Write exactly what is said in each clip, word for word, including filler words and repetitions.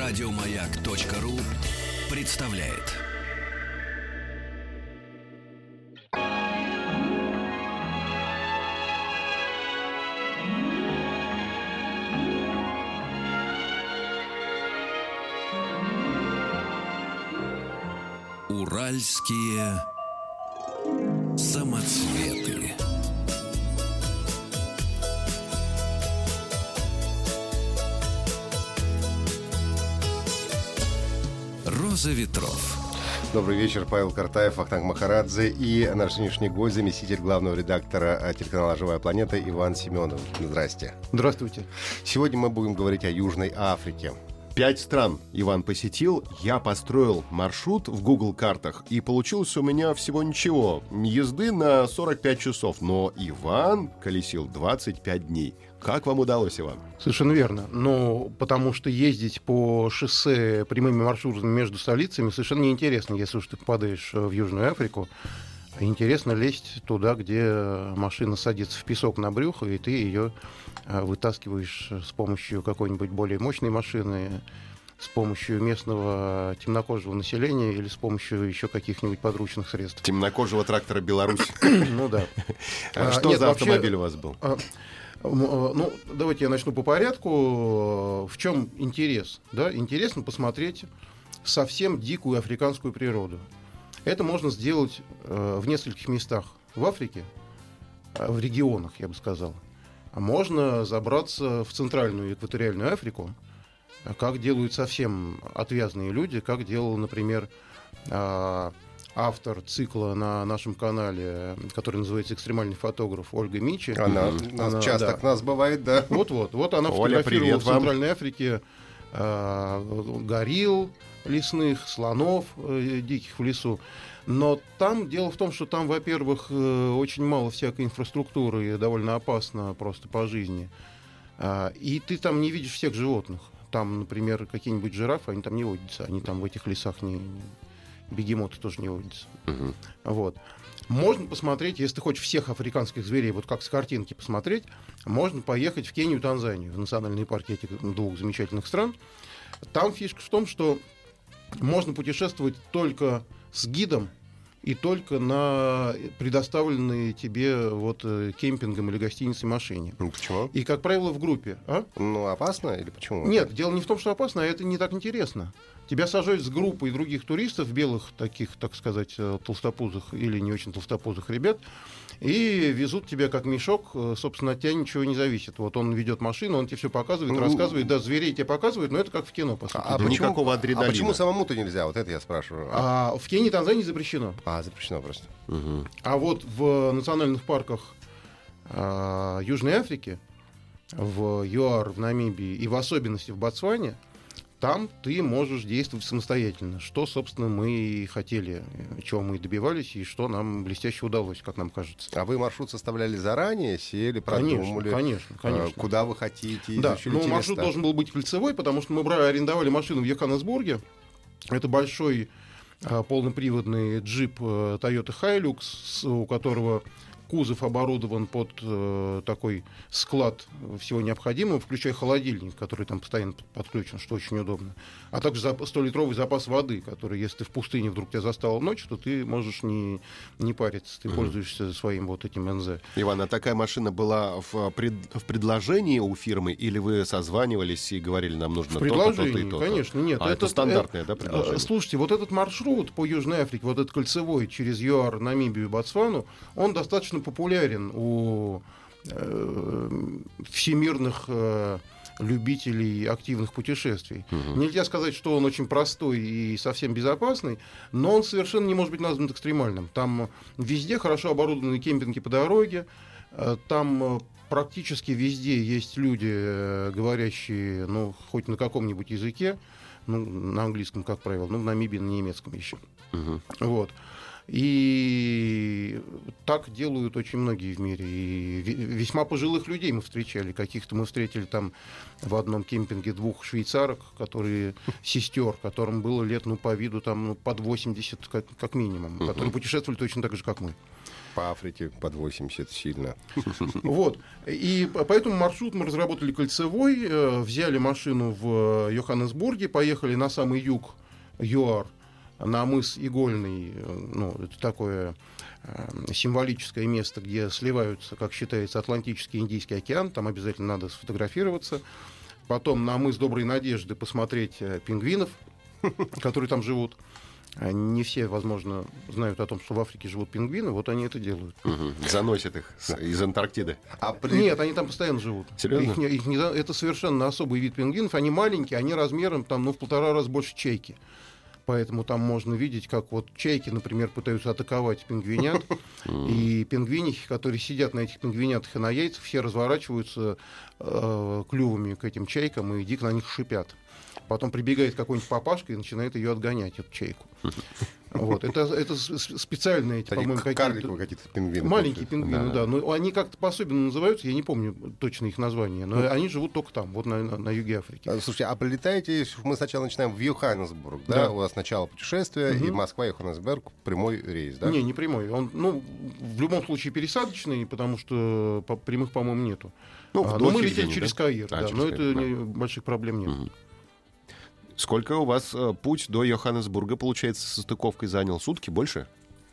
Радиомаяк.ру представляет. Уральские самоцветы. Роза ветров. Добрый вечер, Павел Картаев, Вахтанг Махарадзе и наш сегодняшний гость, заместитель главного редактора телеканала «Живая планета» Иван Семенов. Здрасте. Здравствуйте. Сегодня мы будем говорить о Южной Африке. Пять стран Иван посетил, я построил маршрут в Google картах, и получилось у меня всего ничего. Езды на сорок пять часов, но Иван колесил двадцать пять дней. Как вам удалось, Иван? Совершенно верно. Ну, потому что ездить по шоссе прямыми маршрутами между столицами совершенно неинтересно, если уж ты попадаешь в Южную Африку. Интересно лезть туда, где машина садится в песок на брюхо, и ты ее вытаскиваешь с помощью какой-нибудь более мощной машины, с помощью местного темнокожего населения или с помощью еще каких-нибудь подручных средств. Темнокожего трактора «Беларусь». Ну да. Что за автомобиль у вас был? Ну, давайте я начну по порядку. В чем интерес? Да? Интересно посмотреть совсем дикую африканскую природу. Это можно сделать э, в нескольких местах в Африке, э, в регионах, я бы сказал. А можно забраться в центральную экваториальную Африку, как делают совсем отвязные люди, как делал, например, э, автор цикла на нашем канале, который называется «Экстремальный фотограф», Ольга Мичи. Она, она нас часто да. к нас бывает, да. Вот-вот. Вот она Оля, фотографировала в Центральной Африке э, горилл лесных, слонов э, диких в лесу. Но там дело в том, что там, во-первых, э, очень мало всякой инфраструктуры и довольно опасно просто по жизни. А, и ты там не видишь всех животных. Там, например, какие-нибудь жирафы, они там не водятся. Они там в этих лесах не... Бегемоты тоже не водятся. Uh-huh. Вот. Можно посмотреть, если ты хочешь всех африканских зверей, вот как с картинки посмотреть, можно поехать в Кению и Танзанию, в национальные парки этих двух замечательных стран. Там фишка в том, что можно путешествовать только с гидом и только на предоставленной тебе вот кемпингом или гостиницей машине. Ну, почему? И, как правило, в группе. А? Ну, опасно или почему? Нет, дело не в том, что опасно, а это не так интересно. Тебя сажают с группой других туристов, белых таких, так сказать, толстопузых или не очень толстопузых ребят, и везут тебя как мешок, собственно, от тебя ничего не зависит. Вот он ведет машину, он тебе все показывает, ну, рассказывает, да, зверей тебе показывает, но это как в кино, по сути. А, почему, никакого адреналина. А почему самому-то нельзя? Вот это я спрашиваю. А, в Кении и Танзании запрещено. А, запрещено просто. Угу. А вот в национальных парках а, Южной Африки, в ЮАР, в Намибии и в особенности в Ботсване, там ты можешь действовать самостоятельно, что, собственно, мы и хотели, чего мы и добивались, и что нам блестяще удалось, как нам кажется. А вы маршрут составляли заранее, сели, продумали? Конечно, конечно. Куда вы хотите, да, изучили но те маршрут места? должен был быть кольцевой, потому что мы брали, арендовали машину в Йоханнесбурге. Это большой а, полноприводный джип а, Toyota Hilux, у которого кузов оборудован под э, такой склад всего необходимого, включая холодильник, который там постоянно подключен, что очень удобно. А также сто-литровый запас воды, который, если ты в пустыне вдруг тебя застала ночь, то ты можешь не, не париться, ты mm-hmm. пользуешься своим вот этим эн зэ. Иван, а такая машина была в, пред, в предложении у фирмы, или вы созванивались и говорили, нам нужно то-то, то-то, то-то и то-то? Конечно, нет. А это, это стандартное, это, да, предложение? Слушайте, вот этот маршрут по Южной Африке, вот этот кольцевой через ЮАР, Намибию и Ботсвану, он достаточно популярен у э, всемирных э, любителей активных путешествий. Угу. Нельзя сказать, что он очень простой и совсем безопасный, но он совершенно не может быть назван экстремальным. Там везде хорошо оборудованы кемпинги по дороге, э, там практически везде есть люди, э, говорящие, ну, хоть на каком-нибудь языке, ну, на английском, как правило, ну, в Намибии на немецком еще. Угу. Вот. И так делают очень многие в мире. И весьма пожилых людей мы встречали. Каких-то мы встретили там в одном кемпинге двух швейцарок, которые, сестер, которым было лет, ну, по виду там, ну, под восемьдесят как, как минимум, uh-huh. которые путешествовали точно так же, как мы. По Африке под восемьдесят сильно. Вот. И поэтому маршрут мы разработали кольцевой, взяли машину в Йоханнесбурге, поехали на самый юг ЮАР, на мыс Игольный. Ну, это такое символическое место, где сливаются, как считается, Атлантический и Индийский океан. Там обязательно надо сфотографироваться. Потом на мыс Доброй Надежды посмотреть пингвинов, которые там живут. Не все, возможно, знают о том, что в Африке живут пингвины, вот они это делают. Угу. Заносят их из Антарктиды. А при... Нет, они там постоянно живут. Серьезно? Их не, их не... Это совершенно особый вид пингвинов. Они маленькие, они размером там, ну, в полтора раза больше чайки. Поэтому там можно видеть, как вот чайки, например, пытаются атаковать пингвинят. И пингвинихи, которые сидят на этих пингвинятах и на яйцах, все разворачиваются э, клювами к этим чайкам и дико на них шипят. Потом прибегает какой-нибудь папашка и начинает ее отгонять, эту чайку. Вот. Это, это специальные, эти, по-моему, какие-то, какие-то пингвины. Маленькие пингвины, да. да. Но они как-то по-особенному называются, я не помню точно их название, но ну, они живут только там, вот на, на, на юге Африки. Слушайте, а прилетаете, мы сначала начинаем в Йоханнесбург, да? да? У вас начало путешествия, угу. и Москва-Йоханнесбург, прямой рейс, да? Не, не прямой. Он, ну, в любом случае пересадочный, потому что по, прямых, по-моему, нету. Ну, а, но мы летели через да? Каир, а, да, через но Каир, это да. не, больших проблем нет. Угу. Сколько у вас э, путь до Йоханнесбурга, получается, со стыковкой занял? Сутки, больше?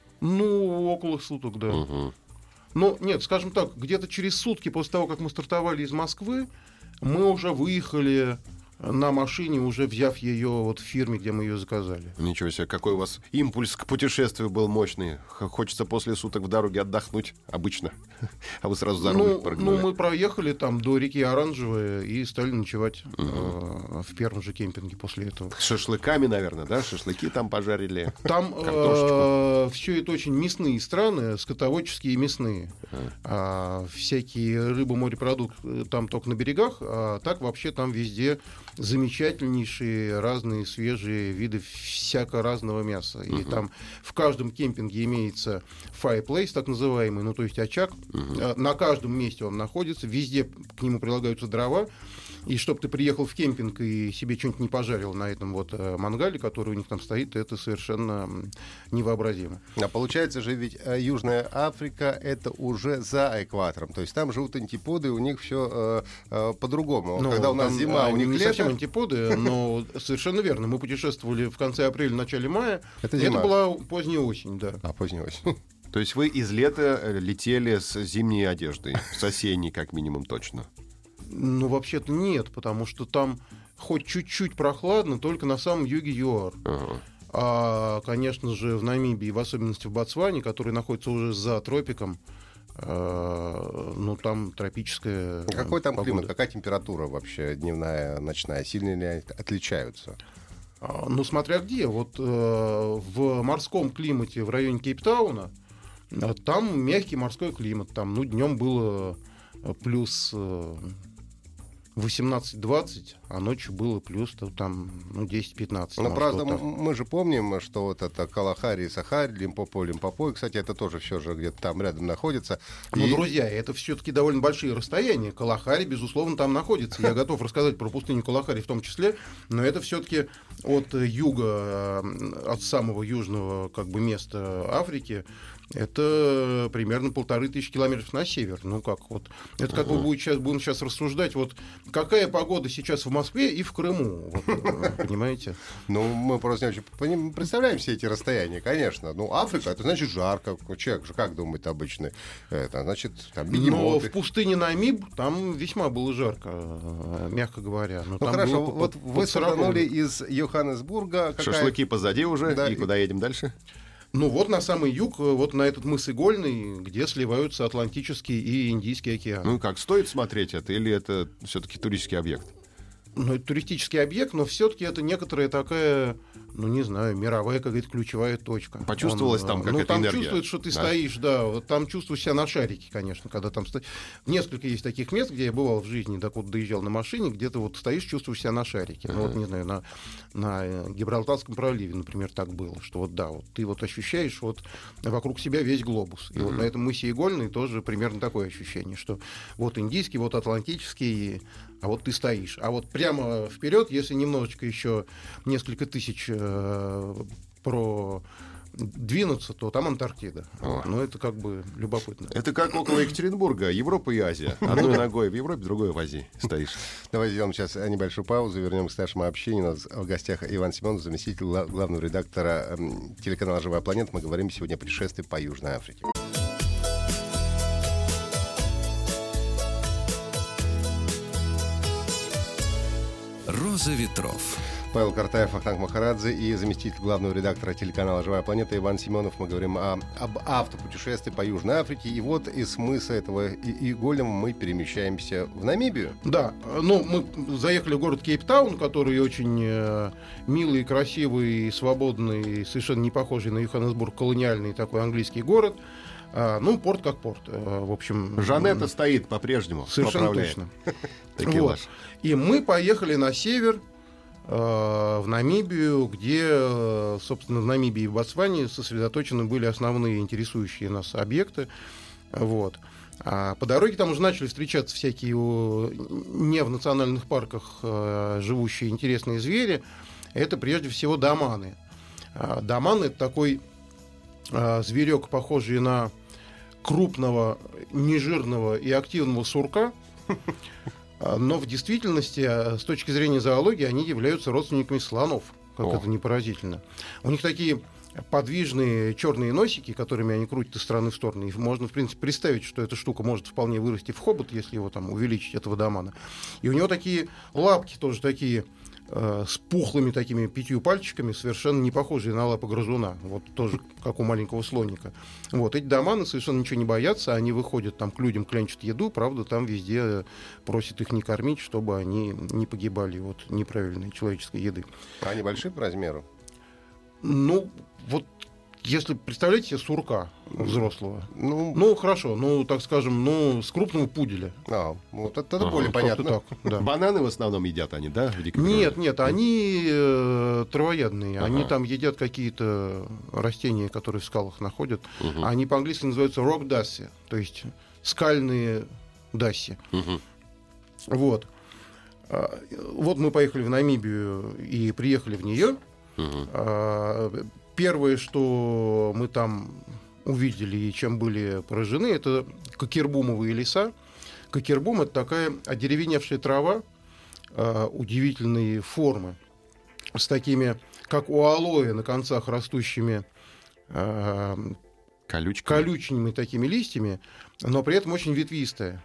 Ну, около суток, да. Угу. Но нет, скажем так, где-то через сутки после того, как мы стартовали из Москвы, мы уже выехали на машине, уже взяв ее вот в фирме, где мы ее заказали. Ничего себе, какой у вас импульс к путешествию был мощный. Хочется после суток в дороге отдохнуть обычно. А вы сразу за руль ну, прыгнули. Ну, мы проехали там до реки Оранжевая и стали ночевать угу. э, в первом же кемпинге после этого. С шашлыками, наверное, да? Шашлыки там пожарили. Там э, все это очень мясные страны, скотоводческие и мясные. Uh-huh. А, всякие рыба, морепродукты там только на берегах, а так вообще там везде замечательнейшие разные свежие виды всяко разного мяса. Uh-huh. И там в каждом кемпинге имеется fireplace, так называемый, ну то есть очаг. Uh-huh. На каждом месте он находится, везде к нему прилагаются дрова. И чтобы ты приехал в кемпинг и себе что-нибудь не пожарил на этом вот мангале, который у них там стоит, это совершенно невообразимо. А получается же ведь Южная Африка — это уже за экватором. То есть там живут антиподы, у них все э, э, по-другому. Ну, когда у нас зима, у них не лето. Совсем антиподы, но совершенно верно. Мы путешествовали в конце апреля, начале мая. Это зима. Это была поздняя осень, да. А, поздняя осень. То есть вы из лета летели с зимней одеждой, с осенней как минимум точно? Ну, вообще-то нет, потому что там хоть чуть-чуть прохладно, только на самом юге ЮАР. Uh-huh. А, конечно же, в Намибии, в особенности в Ботсване, который находится уже за тропиком, э, ну, там тропическая а какой там погода. Климат, какая температура вообще дневная, ночная? Сильно ли отличаются? А, ну, смотря где. Вот э, в морском климате в районе Кейптауна э, там мягкий морской климат. Там, ну, днем было плюс... Э, восемнадцать-двадцать, а ночью было плюс там, ну, десять-пятнадцать. Но, правда, мы же помним, что вот это Калахари и Сахари, Лимпопо, Лимпопо, и, кстати, это тоже все же где-то там рядом находится. Ну, и... друзья, это все-таки довольно большие расстояния. Калахари, безусловно, там находится. Я готов рассказать про пустыню Калахари в том числе, но это все-таки от юга, от самого южного как бы места Африки, это примерно полторы тысячи километров на север. Ну как вот, это как мы будем сейчас, будем сейчас рассуждать, вот какая погода сейчас в Москве и в Крыму, вот, понимаете? Ну мы просто не представляем все эти расстояния, конечно. Ну Африка, это значит жарко. Человек же как думает обычно? Это значит там бегемоты. Но в пустыне Намиб там весьма было жарко, мягко говоря. Ну хорошо, вот вы свернули из Йоханнесбурга. Шашлыки позади уже, и куда едем дальше? Ну вот на самый юг, вот на этот мыс Игольный, где сливаются Атлантический и Индийский океан. Ну как, стоит смотреть это или это все-таки туристический объект? Ну, это туристический объект, но все-таки это некоторая такая, ну, не знаю, мировая какая-то ключевая точка. Почувствовалась Он, там какая-то ну, там энергия? чувствует, что ты да? стоишь, да, вот там чувствуешь себя на шарике, конечно, когда там стоишь. Несколько есть таких мест, где я бывал в жизни, так вот доезжал на машине, где ты вот стоишь, чувствуешь себя на шарике. Uh-huh. Ну, вот, не знаю, на, на Гибралтарском проливе, например, так было, что вот, да, вот ты вот ощущаешь вот вокруг себя весь глобус. И uh-huh. вот на этом мысе Игольный тоже примерно такое ощущение, что вот Индийский, вот Атлантический, а вот ты стоишь. А вот прямо вперед, если немножечко еще несколько тысяч э, про двинуться, то там Антарктида. О. Но это как бы любопытно. Это как около Екатеринбурга, Европа и Азия. Одной ногой в Европе, другой в Азии стоишь. Давайте сделаем сейчас небольшую паузу, вернем к нашему общению. У нас в гостях Иван Семенов, заместитель гла- главного редактора м, телеканала «Живая планета». Мы говорим сегодня о путешествии по Южной Африке. «Роза ветров». Павел Картаев, Ахтанг Махарадзе и заместитель главного редактора телеканала «Живая планета» Иван Семенов. Мы говорим о, об автопутешествии по Южной Африке. И вот из мыса этого и- игольного мы перемещаемся в Намибию. Да, ну, мы заехали в город Кейптаун, который очень э, милый, красивый, свободный, совершенно не похожий на Йоханнесбург, колониальный такой английский город. А, ну, порт как порт, э, в общем. Жанетта стоит по-прежнему. Совершенно поправляет. точно. Такелаж. Вот. И мы поехали на север, э, в Намибию, где, э, собственно, в Намибии и в Ботсване сосредоточены были основные интересующие нас объекты. Вот. А по дороге там уже начали встречаться всякие о, не в национальных парках э, живущие интересные звери. Это прежде всего доманы. А, доманы — это такой э, зверек, похожий на крупного, нежирного и активного сурка. Но в действительности, с точки зрения зоологии, они являются родственниками слонов, как О. это не поразительно. У них такие подвижные черные носики, которыми они крутят из стороны в сторону. И можно, в принципе, представить, что эта штука может вполне вырасти в хобот, если его там увеличить, этого домана. И у него такие лапки тоже такие, э, с пухлыми такими пятью пальчиками, совершенно не похожие на лапы грызуна. Вот тоже как у маленького слоника. Вот. Эти доманы совершенно ничего не боятся. Они выходят там к людям, клянчат еду. Правда, там везде просят их не кормить, чтобы они не погибали от неправильной человеческой еды. Они большие по размеру? Ну, вот если представляете себе сурка взрослого, Ну, ну хорошо, ну так скажем, ну с крупного пуделя. а, вот это, это Ага, более Как-то понятно. так, да. Бананы в основном едят они, да? в дикой Нет, природе? нет, они э, травоядные. Ага. Они там едят какие-то растения, которые в скалах находят. Мгм. Они по-английски называются rock dassi, то есть скальные дасси. Мгм. Вот. А, Вот мы поехали в Намибию и приехали в нее. Мгм. А, Первое, что мы там увидели и чем были поражены, это кокербумовые леса. Кокербум — это такая одеревеневшая трава а, удивительной формы, с такими, как у алоэ, на концах растущими а, Колючка. колючими такими листьями, но при этом очень ветвистая.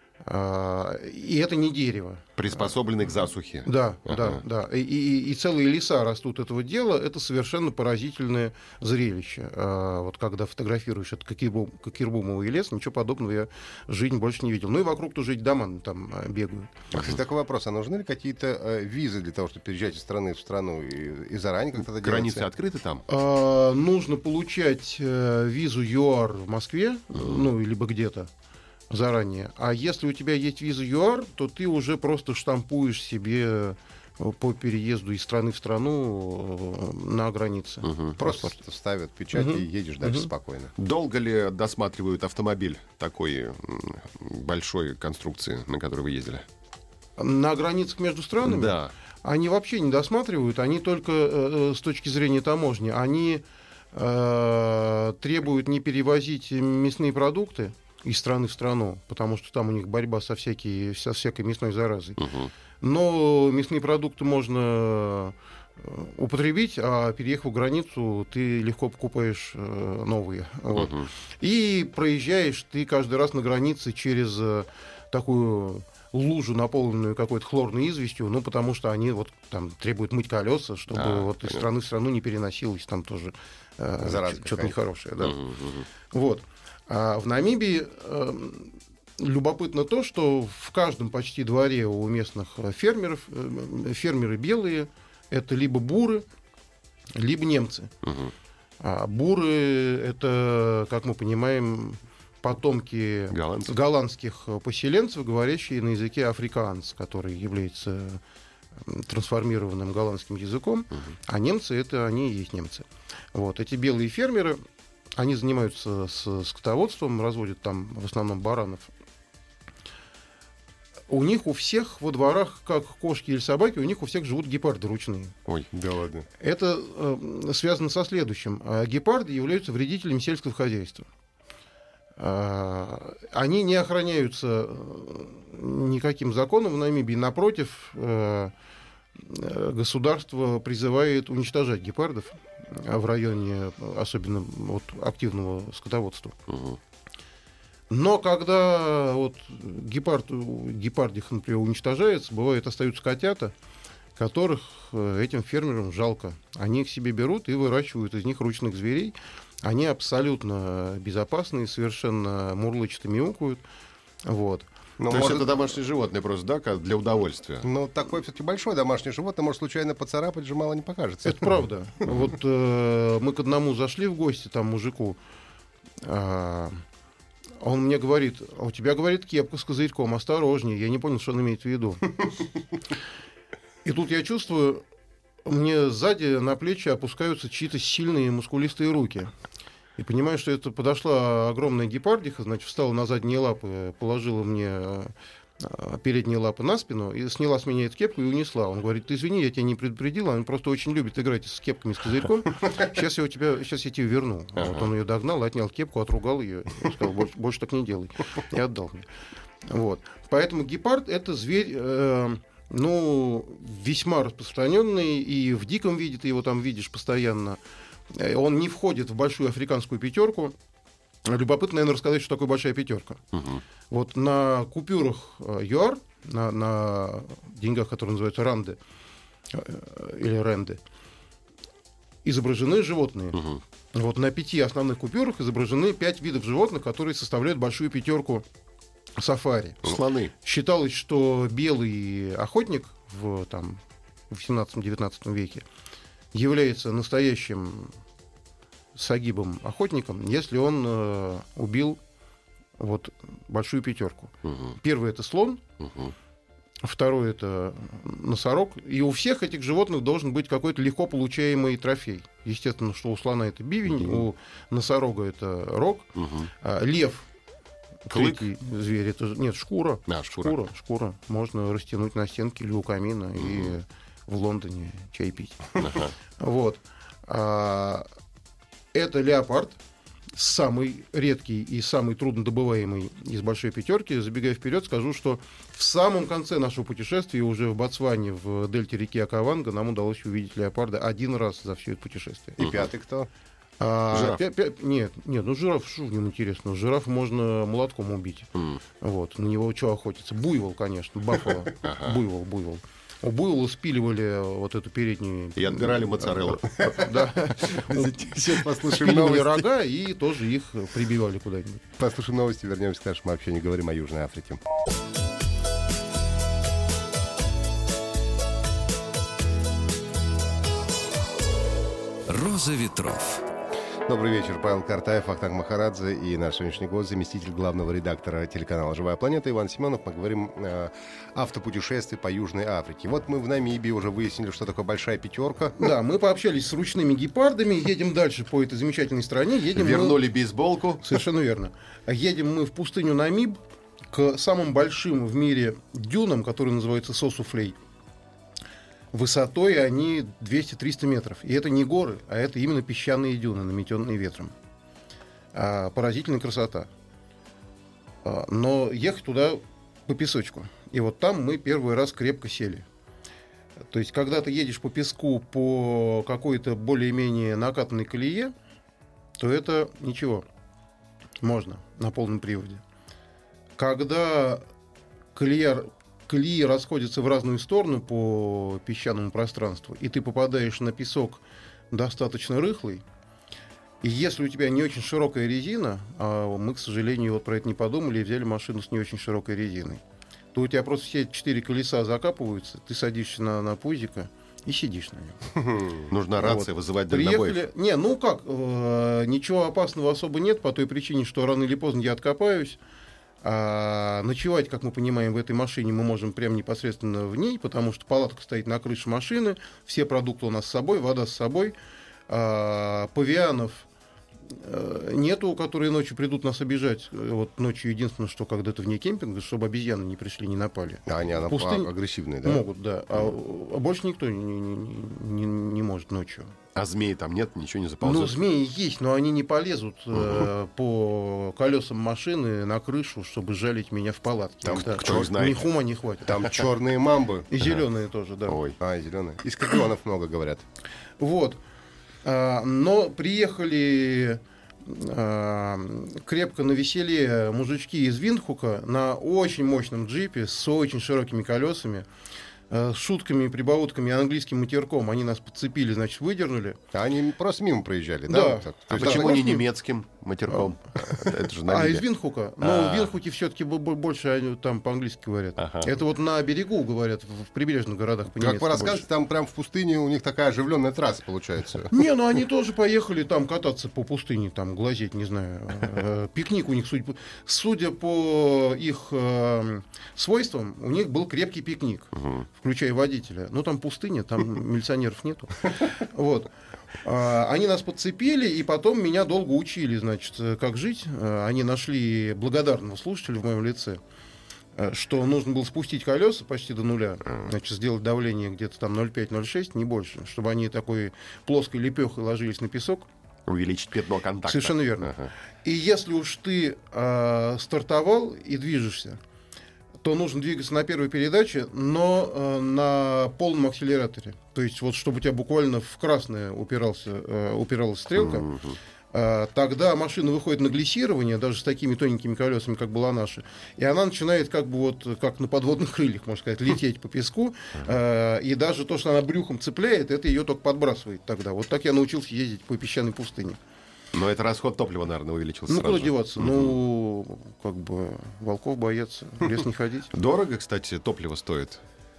А, И это не дерево. Приспособленный к засухе. Да, Ага. да, да. И, и- и целые леса растут этого дела. Это совершенно поразительное зрелище. А, вот когда фотографируешь этот кокербум- кокербумовый лес, ничего подобного я в жизни больше не видел. Ну и вокруг тоже эти дома там а, бегают. А, кстати, такой вопрос. А нужны ли какие-то э, визы для того, чтобы переезжать из страны в страну и, и заранее как-то это Границы делается? открыты там? А, нужно получать э, визу ЮАР в Москве, ну, либо где-то заранее. А если у тебя есть виза ЮАР, то ты уже просто штампуешь себе э, по переезду из страны в страну э, на границе. Мгм. Просто паспорт. ставят печать Мгм. и едешь дальше Мгм. спокойно. Долго ли досматривают автомобиль такой м, большой конструкции, на которой вы ездили? На границах между странами Да. они вообще не досматривают, они только э, э, с точки зрения таможни, они э, требуют не перевозить мясные продукты из страны в страну, потому что там у них борьба со, всякие, со всякой мясной заразой. Мгм. Но мясные продукты можно э, употребить, а переехав границу, ты легко покупаешь э, новые. Вот. Мгм. И проезжаешь ты каждый раз на границе через э, такую лужу, наполненную какой-то хлорной известью, ну, потому что они вот там требуют мыть колеса, чтобы А, вот из понятно. страны в страну не переносилось там тоже э, Зараза что-то какая-то. нехорошее. Да. Мгм. Мгм. Вот. А в Намибии э, любопытно то, что в каждом почти дворе у местных фермеров, э, фермеры белые, это либо буры, либо немцы. Мгм. А буры — это, как мы понимаем, потомки Голландцы. голландских поселенцев, говорящие на языке африкаанс, который является м, трансформированным голландским языком, а немцы — это они и есть немцы. Вот. Эти белые фермеры, они занимаются с скотоводством, разводят там в основном баранов. у них у всех во дворах, как кошки или собаки, у них у всех живут гепарды ручные. Ой, да ладно. Это э, связано со следующим. Гепарды являются вредителями сельского хозяйства. Э, они не охраняются никаким законом в Намибии. Напротив, э, государство призывает уничтожать гепардов в районе, особенно вот, активного скотоводства. Угу. Но когда вот гепард, гепардих, например, уничтожается, бывает, остаются котята, которых этим фермерам жалко. Они их себе берут и выращивают из них ручных зверей. Они абсолютно безопасные, совершенно мурлычут и мяукают. Вот. Ну, То может... есть это домашнее животное просто, да, как для удовольствия? Ну, такое все-таки большое домашнее животное, может случайно поцарапать, же мало не покажется. Это правда. Вот э, мы к одному зашли в гости, там, мужику. Э, он мне говорит, а у тебя, говорит, кепка с козырьком, осторожнее. Я не понял, что он имеет в виду. И тут я чувствую, мне сзади на плечи опускаются чьи-то сильные мускулистые руки. И понимаю, что это подошла огромная гепардиха, значит, встала на задние лапы, положила мне передние лапы на спину и сняла с меня эту кепку и унесла. Он говорит, ты извини, я тебя не предупредил, он просто очень любит играть с кепками, с козырьком. Сейчас я, у тебя, сейчас я тебе верну. Ага. Вот он ее догнал, отнял кепку, отругал ее и сказал, больше, больше так не делай. И отдал мне. Вот. Поэтому гепард — это зверь... Э, ну, весьма распространенный, и в диком виде ты его там видишь постоянно. Он не входит в большую африканскую пятерку. Любопытно, наверное, рассказать, что такое большая пятерка. Угу. Вот на купюрах ЮАР, на, на деньгах, которые называются ранды или ренды, изображены животные. Угу. Вот на пяти основных купюрах изображены пять видов животных, которые составляют большую пятерку сафари. Слоны. Считалось, что белый охотник в, там, в семнадцатом-девятнадцатом веке является настоящим сагибом охотником, если он э, убил вот, большую пятерку. Угу. Первый — это слон, угу. Второй — это носорог. И у всех этих животных должен быть какой-то легко получаемый трофей. Естественно, что у слона это бивень, угу. у носорога это рог, угу. а, лев — третий зверь, это нет, шкура. А, шкура. шкура. Шкура. Можно растянуть на стенке или у камина угу. и в Лондоне чай пить. Ага. Вот. А, это леопард, самый редкий и самый труднодобываемый из большой пятерки. Забегая вперед, скажу, что в самом конце нашего путешествия, уже в Ботсване, в дельте реки Акаванга, нам удалось увидеть леопарда один раз за все это путешествие. И пятый кто? А, жираф. Пя- пя- нет, нет, ну жираф, что в нем интересно? Жираф можно молотком убить. Mm. Вот, на него что охотиться? Буйвол, конечно, баффало. Буйвол, буйвол. У буйвола спиливали вот эту переднюю... И отбирали моцареллу. Да. Спиливали рога и тоже их прибивали куда-нибудь. Послушаем новости, вернемся к нашему общению. Говорим о Южной Африке. Роза ветров. Добрый вечер. Павел Картаев, Вахтанг Махарадзе и наш сегодняшний гость, заместитель главного редактора телеканала «Живая планета» Иван Семенов. Мы говорим о автопутешествии по Южной Африке. Вот мы в Намибии уже выяснили, что такое большая пятерка. Да, мы пообщались с ручными гепардами, едем дальше по этой замечательной стране. Едем Вернули мы... бейсболку. Совершенно верно. Едем мы в пустыню Намиб к самым большим в мире дюнам, которые называются Сосуфлей. Высотой они двести-триста метров. И это не горы, а это именно песчаные дюны, наметенные ветром. А, поразительная красота. А, но ехать туда по песочку. И вот там мы первый раз крепко сели. То есть, когда ты едешь по песку по какой-то более-менее накатанной колее, то это ничего. Можно на полном приводе. Когда колея... колеи расходятся в разную сторону по песчаному пространству, и ты попадаешь на песок достаточно рыхлый, и если у тебя не очень широкая резина, а мы, к сожалению, вот про это не подумали и взяли машину с не очень широкой резиной, то у тебя просто все четыре колеса закапываются, ты садишься на, на пузико и сидишь на нем. Нужна рация, вот. Вызывать дальнобоев. Приехали... Не, ну как, э, ничего опасного особо нет, по той причине, что рано или поздно я откопаюсь. А ночевать, как мы понимаем, в этой машине мы можем прямо непосредственно в ней, потому что палатка стоит на крыше машины, все продукты у нас с собой, вода с собой. А, павианов Нету, которые ночью придут нас обижать. Вот ночью единственное, что когда ты вне кемпинга, чтобы обезьяны не пришли, не напали. А они она, Пустынь... агрессивные, да? Могут, да. А, а больше никто не, не, не, не может ночью. А змеи там нет, ничего не заползет? Ну, змеи есть, но они не полезут угу. э, по колесам машины на крышу, чтобы жалить меня в палатке. Там, да. кто знает. Ни хума не хватит. Там черные мамбы. И зеленые тоже, да. Ой, а, и зеленые. И скорпионов много говорят. Вот. А, но приехали а, крепко на веселье мужички из Виндхука на очень мощном джипе с очень широкими колесами, с шутками, прибаутками, английским матерком. Они нас подцепили, значит, выдернули. А они просто мимо проезжали, да? Да. Вот так? А То почему есть, не немецким матерком? Это же на А, Либе. из Виндхука? Ну, А. в Виндхуке все-таки больше они там по-английски говорят. Ага. Это вот на берегу говорят, в прибрежных городах Как по-немецки вы рассказываете, больше. там прям в пустыне у них такая оживленная трасса получается. Не, ну они тоже поехали там кататься по пустыне, там глазеть, не знаю. Э, Пикник у них, судя по, судя по их э, свойствам, у них был крепкий пикник, включая водителя. Ну там пустыня, там милиционеров нету. Вот. А, Они нас подцепили, и потом меня долго учили, значит, как жить. А, Они нашли благодарного слушателя в моем лице, а, что нужно было спустить колеса почти до нуля, значит, сделать давление где-то там ноль пять - ноль шесть, не больше, чтобы они такой плоской лепехой ложились на песок. Увеличить пятно контакта. Совершенно верно. Ага. И если уж ты а, стартовал и движешься, то нужно двигаться на первой передаче, но э, на полном акселераторе. То есть вот чтобы у тебя буквально в красное упирался, э, упиралась стрелка, Мгм. э, тогда машина выходит на глиссирование, даже с такими тоненькими колесами, как была наша, и она начинает как бы вот, как на подводных крыльях, можно сказать, лететь по песку, э, и даже то, что она брюхом цепляет, это ее только подбрасывает тогда. Вот так я научился ездить по песчаной пустыне. Но это расход топлива, наверное, увеличился Ну, сразу куда же. деваться? Ну, как бы, волков боятся, в лес не ходить. Дорого, кстати, топливо стоит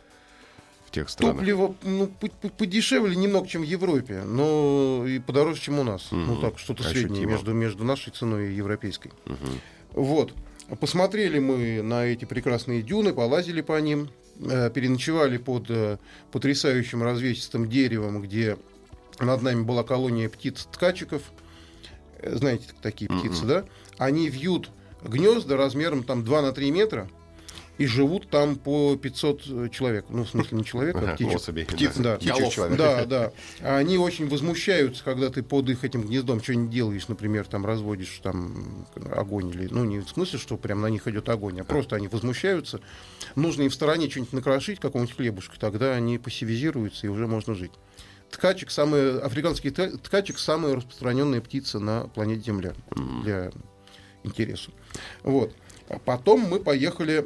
в тех странах. Топливо ну, по- по- подешевле немного, чем в Европе, но и подороже, чем у нас. Мгм. Ну так, что-то Ощутимо. среднее между, между нашей ценой и европейской. Вот. Посмотрели мы на эти прекрасные дюны, полазили по ним, э, переночевали под э, потрясающим развесистым деревом, где над нами была колония птиц-ткачиков. Э, Знаете, такие птицы, да? Они вьют гнезда размером там два на три метра и живут там по пятьсот человек. Ну, в смысле, не человек, а Ага, птичек. особей, Птиц, да. Да. птичьих Голов. человек. Да, да. Они очень возмущаются, когда ты под их этим гнездом что-нибудь делаешь, например, там разводишь там огонь или, ну не в смысле, что прям на них идет огонь, а просто они возмущаются. Нужно им в стороне что-нибудь накрошить, какого-нибудь хлебушка, тогда они пассивизируются и уже можно жить. Ткачек, самый, африканский tka- ткачек, самая распространенная птица на планете Земля, для интереса. Вот. А потом мы поехали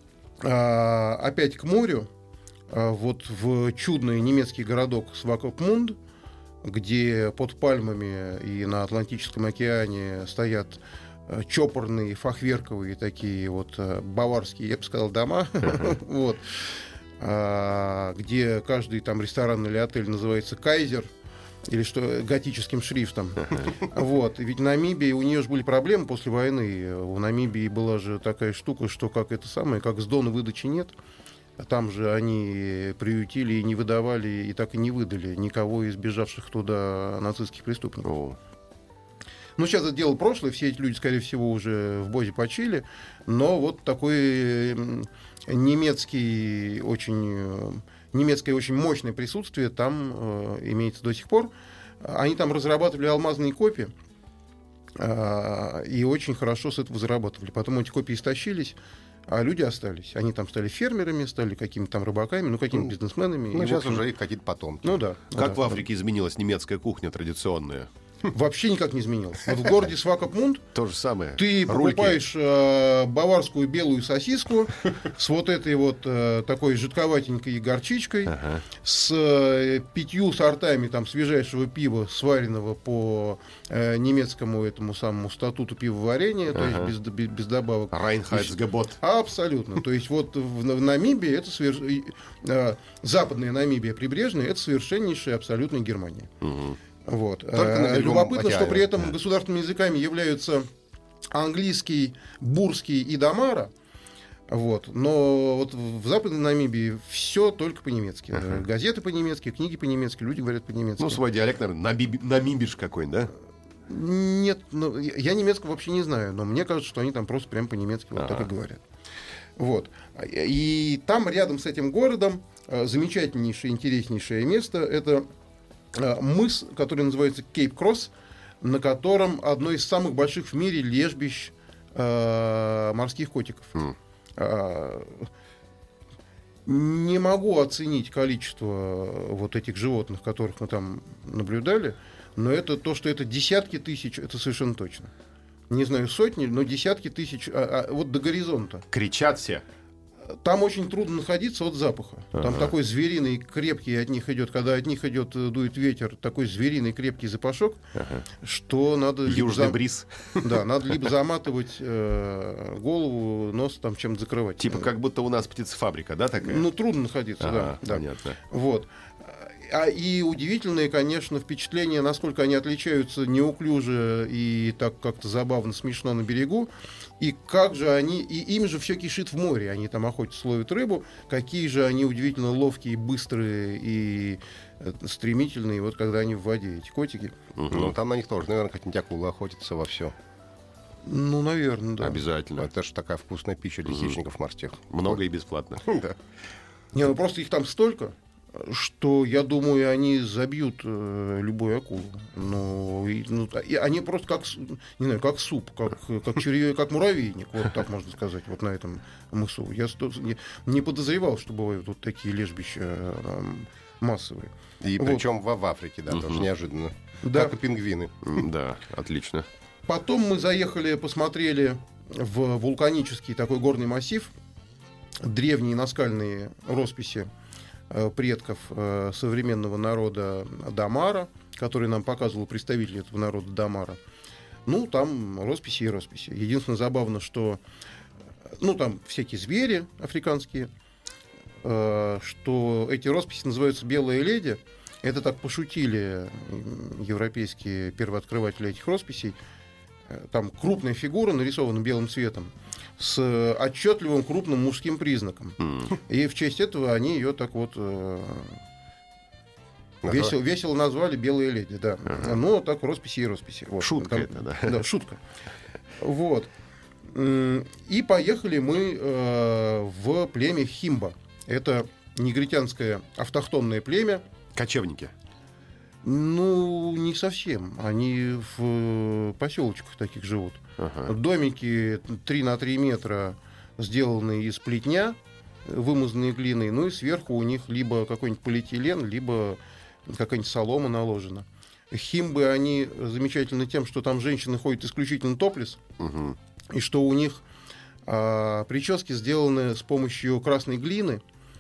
а, опять к морю, а, вот в чудный немецкий городок Свакопмунд, где под пальмами и на Атлантическом океане стоят а, чопорные, фахверковые такие вот а, баварские, я бы сказал, дома, вот, а, где каждый там ресторан или отель называется «Кайзер», или что готическим шрифтом. Вот. И ведь в Намибии у нее же были проблемы после войны. У Намибии была же такая штука, что как это самое, как с Дона выдачи нет. Там же они приютили и не выдавали, и так и не выдали никого из бежавших туда нацистских преступников. О. Ну, сейчас это дело прошлое, все эти люди, скорее всего, уже в Бозе почили, но вот такой м, немецкий очень... э, немецкое очень мощное присутствие там э, имеется до сих пор. Они там разрабатывали алмазные копии э, и очень хорошо с этого зарабатывали. Потом эти копии истощились, а люди остались. Они там стали фермерами, стали какими-то там рыбаками, ну, какими-то бизнесменами. Ну, И, в сейчас общем, уже их какие-то потомки. Ну да. Как да, в Африке изменилась немецкая кухня традиционная? да. Вообще никак не изменилось. Вот в городе Свакопмунд То же самое. ты Рульки. покупаешь э, баварскую белую сосиску с вот этой вот э, такой жидковатенькой горчичкой, Ага. с э, пятью сортами там свежайшего пива, сваренного по э, немецкому этому самому статуту пивоварения, то Ага. есть без, без, без добавок. Райнхайцгебот. Абсолютно. То есть вот в, в Намибии это соверш... э, западная Намибия прибрежная, это совершеннейшая абсолютная Германия. Мгм. Вот. Только на Э, берегу Любопытно, что океана. при этом государственными языками являются английский, бурский и дамара. Вот. Но вот в Западной Намибии все только по-немецки. Газеты по-немецки, книги по-немецки, люди говорят по-немецки. Ну, свой диалект, наверное, намибиш какой-нибудь, да? Нет, ну, я немецкого вообще не знаю, но мне кажется, что они там просто прям по-немецки вот так и говорят. Вот. И там рядом с этим городом замечательнейшее, интереснейшее место — это мыс, который называется Кейп-Кросс, на котором одно из самых больших в мире лежбищ э, морских котиков. Mm. Э, не могу оценить количество вот этих животных, которых мы там наблюдали, но это то, что это десятки тысяч, это совершенно точно. Не знаю, сотни, но десятки тысяч, а, а, вот до горизонта. Кричат все. Там очень трудно находиться от запаха. Ага. Там такой звериный, крепкий от них идет, когда от них идет, дует ветер, такой звериный, крепкий запашок, ага. что надо... Южный зам... бриз. Да, надо либо заматывать э, голову, нос там чем-то закрывать. Типа как будто у нас птицефабрика, да, такая? Ну, трудно находиться, ага, да. Понятно. Да. Вот. А, и удивительное, конечно, впечатление, насколько они отличаются неуклюже и так как-то забавно, смешно на берегу. И как же они, и им же все кишит в море, они там охотятся, ловят рыбу, какие же они удивительно ловкие, быстрые и стремительные, вот когда они в воде, эти котики. Угу. Ну, там на них тоже, наверное, какие-нибудь акулы охотятся во все. Ну, наверное, да. Обязательно. Это же такая вкусная пища для хищников морских. Много и бесплатно. Да. Не, ну просто их там столько, что, я думаю, они забьют э, любую акулу. Ну, и, ну, и они просто как, не знаю, как суп, как, как, червя, как муравейник, вот так можно сказать, вот на этом мысу. Я не, не подозревал, что бывают вот такие лежбища э, массовые. И вот. Причем в, в Африке, да, угу. тоже неожиданно. Да. Как и пингвины. Да, отлично. Потом мы заехали, посмотрели в вулканический такой горный массив, древние наскальные росписи предков э, современного народа Дамара, который нам показывал представитель этого народа Дамара. Ну, там росписи и росписи. Единственное забавно, что ну, там всякие звери африканские, э, что эти росписи называются «Белая леди». Это так пошутили европейские первооткрыватели этих росписей. Там крупная фигура нарисована белым цветом с отчетливым крупным мужским признаком. Mm. И в честь этого они ее так вот э, весело, весело назвали «Белая леди». Да. Uh-huh. Ну, так росписи и росписи. Вот. Шутка там, это, да. Да, шутка. Вот. И поехали мы э, в племя Химба. Это негритянское автохтонное племя. Кочевники. Ну, не совсем. Они в поселочках таких живут. Ага. Домики три на три метра, сделанные из плетня, вымазанные глиной. Ну и сверху у них либо какой-нибудь полиэтилен, либо какая-нибудь солома наложена. Химбы, они замечательны тем, что там женщины ходят исключительно топлес. Угу. И что у них а, прически сделаны с помощью красной глины.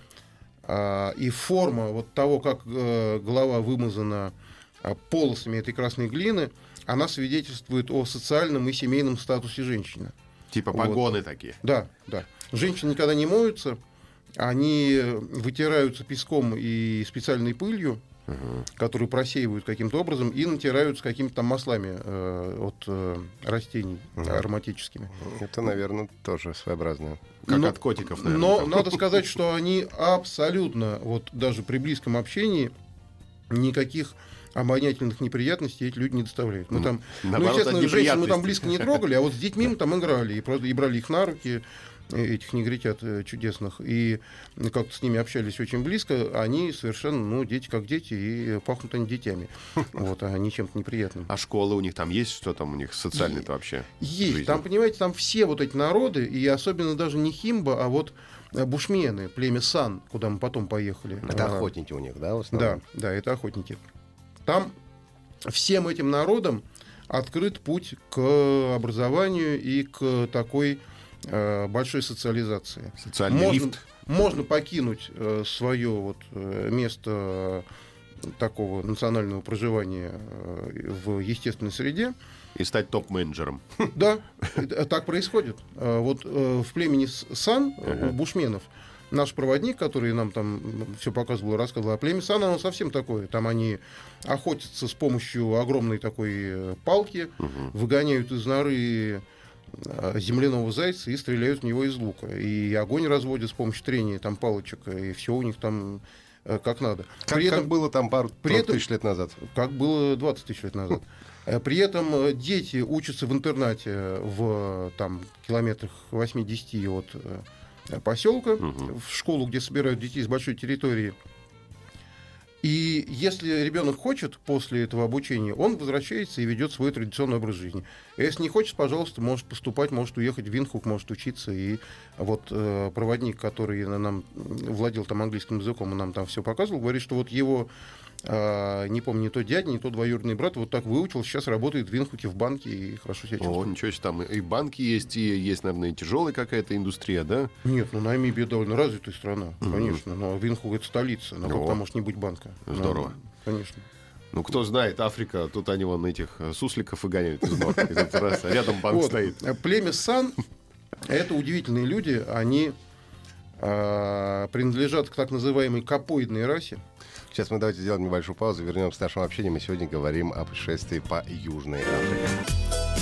И форма вот того, как э, голова вымазана э, полосами этой красной глины, она свидетельствует о социальном и семейном статусе женщины. Типа погоны вот. Такие. Да, да. Женщины никогда не моются, они вытираются песком и специальной пылью, угу. которую просеивают каким-то образом, и натираются какими-то там маслами э, от э, растений угу. ароматическими. Это, наверное, тоже своеобразное. Как но, от котиков, наверное. Но надо сказать, что они абсолютно, вот даже при близком общении, никаких обонятельных неприятностей эти люди не доставляют. Мы там, ну, естественно, женщин мы там близко не трогали, а вот с детьми мы там играли и, просто, и брали их на руки, этих негритят чудесных, и как-то с ними общались очень близко. Они совершенно, ну, дети как дети, и пахнут они детьми. Вот, а не чем-то неприятным. А школы у них там есть? Что там у них социальное-то вообще? Есть. Жизнь? Там, понимаете, там все вот эти народы, и особенно даже не химба, а вот бушмены, племя Сан, куда мы потом поехали. Это а, охотники у них, да, в основном? Да, да, это охотники. Там всем этим народам открыт путь к образованию и к такой э, большой социализации. Социальный можно, лифт. Можно покинуть э, свое вот, э, место э, такого национального проживания э, в естественной среде. И стать топ-менеджером. Да, так происходит. Вот в племени Сан, у бушменов, наш проводник, который нам там все показывал и рассказывал, а племя Сан, оно совсем такое. Там они охотятся с помощью огромной такой палки, угу. выгоняют из норы земляного зайца и стреляют в него из лука. И огонь разводят с помощью трения там палочек, и все у них там как надо. Как, При этом, как было там пару при этом, тысяч лет назад? Как было двадцать тысяч лет назад. При этом дети учатся в интернате в там, километрах восемь-десять от поселка, угу. в школу, где собирают детей с большой территории. И если ребенок хочет после этого обучения, он возвращается и ведет свой традиционный образ жизни. А если не хочет, пожалуйста, может поступать, может уехать в Виндхук, может учиться. И вот э, проводник, который нам владел там английским языком, и нам там все показывал, говорит, что вот его, э, не помню, не то дядя, не то двоюродный брат, вот так выучил, сейчас работает в Виндхуке в банке и хорошо себя чувствует. О, ничего себе, там и банки есть, и есть, наверное, и тяжелая какая-то индустрия, да? Нет, ну Намибия довольно развитая страна, mm-hmm. конечно, но Виндхук — это столица, но как там может не быть банка? Здорово. Ну, конечно. Ну, кто знает, Африка, тут они вон этих сусликов и гоняют из ног. Рядом банк вот. стоит. Племя Сан — это удивительные люди. Они э, принадлежат к так называемой капоидной расе. Сейчас мы давайте сделаем небольшую паузу, вернемся к нашему общению. Мы сегодня говорим о путешествии по Южной Африке.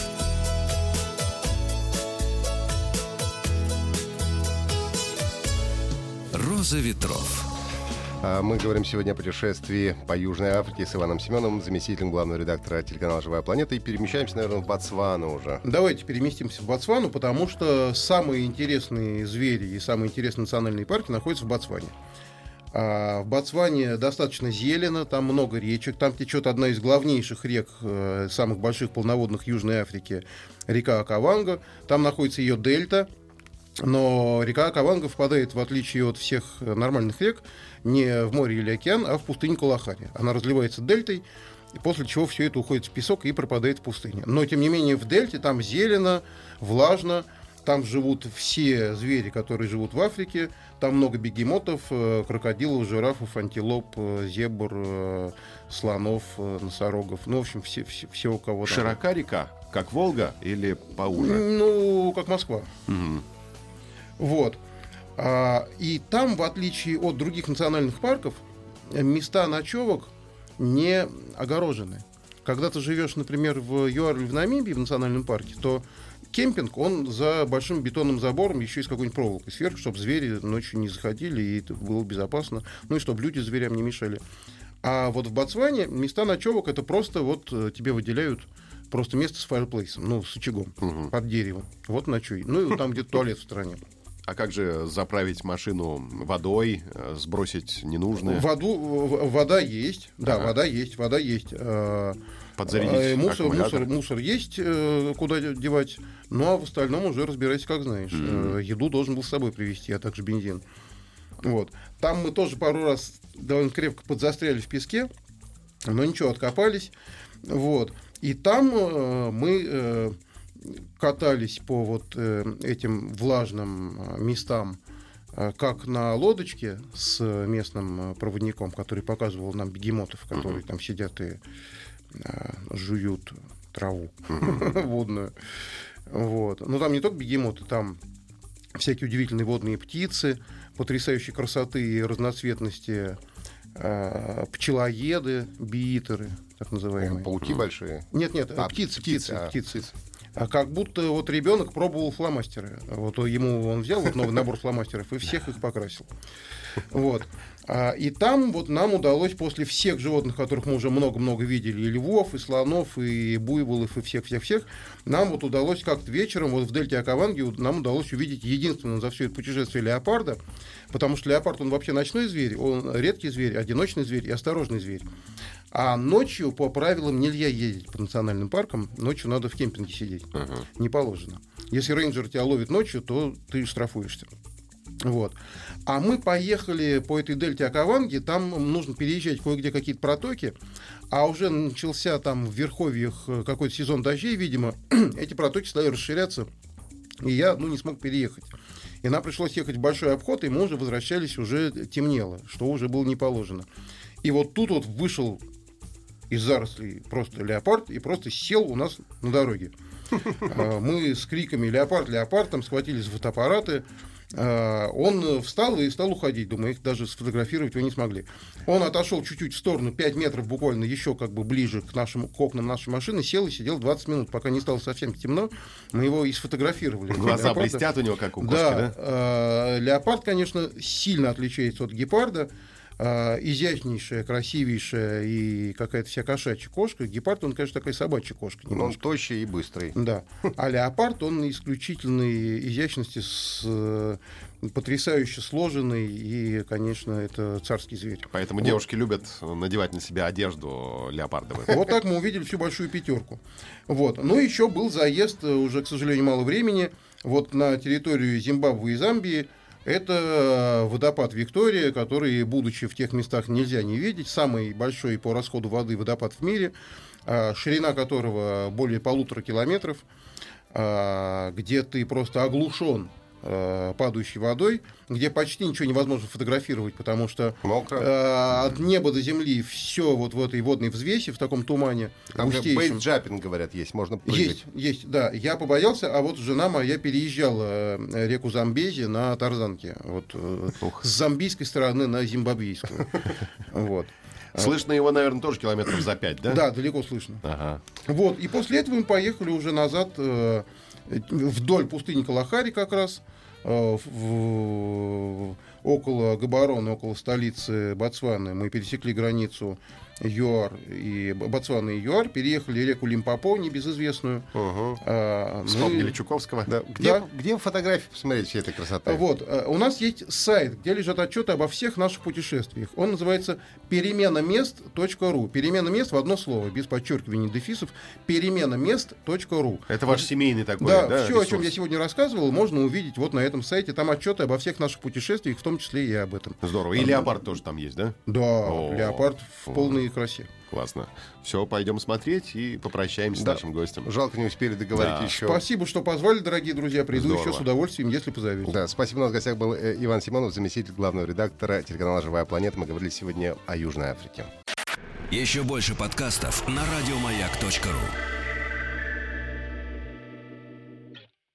«Роза ветров». Мы говорим сегодня о путешествии по Южной Африке с Иваном Семеновым, заместителем главного редактора телеканала «Живая планета». И перемещаемся, наверное, в Ботсвану уже. Давайте переместимся в Ботсвану, потому что самые интересные звери и самые интересные национальные парки находятся в Ботсване. А в Ботсване достаточно зелено, там много речек, там течет одна из главнейших рек, э, самых больших полноводных Южной Африки, река Окаванго. Там находится ее дельта. Но река Окаванго впадает, в отличие от всех нормальных рек, не в море или океан, а в пустыню Калахари. Она разливается дельтой, после чего все это уходит в песок и пропадает в пустыне. Но, тем не менее, в дельте там зелено, влажно, там живут все звери, которые живут в Африке. Там много бегемотов, крокодилов, жирафов, антилоп, зебр, слонов, носорогов. Ну, в общем, все, все, все у кого там. Широка река, как Волга или поуже? Ну, как Москва. Угу. Вот. А, и там, в отличие от других национальных парков, места ночевок не огорожены. Когда ты живешь, например, в ЮАР или в Намибии, в национальном парке, то кемпинг, он за большим бетонным забором, еще и с какой-нибудь проволокой сверху, чтобы звери ночью не заходили, и это было безопасно. Ну и чтобы люди зверям не мешали. А вот в Ботсване места ночевок — это просто вот тебе выделяют просто место с фаерплейсом, ну, с очагом, угу. под деревом. Вот ночуй. Ну и там где-то туалет в стороне. А как же заправить машину водой, сбросить ненужное? Воду, вода есть, да, ага. вода есть, вода есть. Подзарядить мусор, мусор, мусор есть, куда девать, ну а в остальном уже разбирайся, как знаешь. Mm-hmm. Еду должен был с собой привезти, а также бензин. Вот. Там мы тоже пару раз довольно крепко подзастряли в песке, но ничего, откопались. Вот. И там мы катались по вот этим влажным местам, как на лодочке с местным проводником, который показывал нам бегемотов, которые uh-huh. там сидят и а, жуют траву uh-huh. водную. Вот. Но там не только бегемоты, там всякие удивительные водные птицы, потрясающей красоты и разноцветности а, пчелоеды, биитеры, так называемые. Пауки большие? Нет, нет, а, птицы, птицы, птицы. птицы. птицы. А как будто вот ребенок пробовал фломастеры. Вот ему он взял вот новый набор фломастеров и всех их покрасил. Вот. А, и там вот нам удалось после всех животных, которых мы уже много-много видели, и львов, и слонов, и буйволов, и всех-всех-всех, нам вот удалось как-то вечером вот в дельте Окаванги нам удалось увидеть единственного за все это путешествие леопарда, потому что леопард, он вообще ночной зверь, он редкий зверь, одиночный зверь и осторожный зверь. А ночью по правилам нельзя ездить по национальным паркам, ночью надо в кемпинге сидеть, uh-huh. не положено. Если рейнджер тебя ловит ночью, то ты штрафуешься. Вот. А мы поехали по этой дельте Окаванги, там нужно переезжать кое-где какие-то протоки, а уже начался там в верховьях какой-то сезон дождей, видимо, эти протоки стали расширяться, и я ну, не смог переехать. И нам пришлось ехать в большой обход, и мы уже возвращались, уже темнело, что уже было не положено. И вот тут вот вышел из зарослей просто леопард и просто сел у нас на дороге. Мы с криками «Леопард, леопард!» там схватились за фотоаппараты. Он встал и стал уходить. Думаю, их даже сфотографировать его не смогли. Он отошел чуть-чуть в сторону, пять метров буквально еще как бы ближе к, нашему, к окнам нашей машины, сел и сидел двадцать минут, пока не стало совсем темно. Мы его и сфотографировали. Глаза леопарда блестят у него, как у кошки, да? Да. Леопард, конечно, сильно отличается от гепарда. э, изящнейшая, красивейшая и какая-то вся кошачья кошка. Гепард, он, конечно, такая собачья кошка. Но он тощий и быстрый. Да. А леопард, он на исключительной изящности, с, э, потрясающе сложенный, и, конечно, это царский зверь. Поэтому вот. Девушки любят надевать на себя одежду леопардовую. Вот так мы увидели всю большую пятерку. Вот. Ну, еще был заезд, уже, к сожалению, мало времени, вот на территорию Зимбабве и Замбии. Это водопад Виктория, который, будучи в тех местах, нельзя не видеть. Самый большой по расходу воды водопад в мире, ширина которого более полутора километров, где ты просто оглушен падающей водой, где почти ничего невозможно фотографировать, потому что э, от неба до земли все вот в этой водной взвеси, в таком тумане густейшем. Бейсджампинг, говорят, есть, можно прыгать. Есть, есть, да. Я побоялся, а вот жена моя переезжала реку Замбези на тарзанке. Вот э, с замбийской стороны на зимбабвийскую. Вот. Слышно его, наверное, тоже километров за пять, да? Да, далеко слышно. Ага. Вот. И после этого мы поехали уже назад э, вдоль пустыни Калахари как раз, э, в, около Габороны, около столицы Ботсваны. Мы пересекли границу ЮАР и Ботсваны и ЮАР, переехали реку Лимпопо, небезызвестную. Угу. А, Вспомнили ну, Чуковского. Да. Где, Да. где фотографии посмотреть всей этой красоты? Вот. У нас есть сайт, где лежат отчеты обо всех наших путешествиях. Он называется переменамест точка ру. Перемена мест в одно слово, без подчеркиваний дефисов. переменамест точка ру. Это ваш семейный такой, Да, да, все, о ресурс? чем я сегодня рассказывал, можно увидеть вот на этом сайте. Там отчеты обо всех наших путешествиях, в том числе и об этом. Здорово. И леопард тоже там есть, да? Да, О, леопард в о. полной красе. Классно. Все, пойдем смотреть и попрощаемся Да. с нашим гостем. Жалко, не успели договорить Да. еще. Спасибо, что позвали, дорогие друзья. Приду Здорово. еще с удовольствием, если позовете. Да, спасибо. У нас в гостях был э, Иван Симонов, заместитель главного редактора телеканала «Живая планета». Мы говорили сегодня о Южной Африке. Еще больше подкастов на радиомаяк точка ру.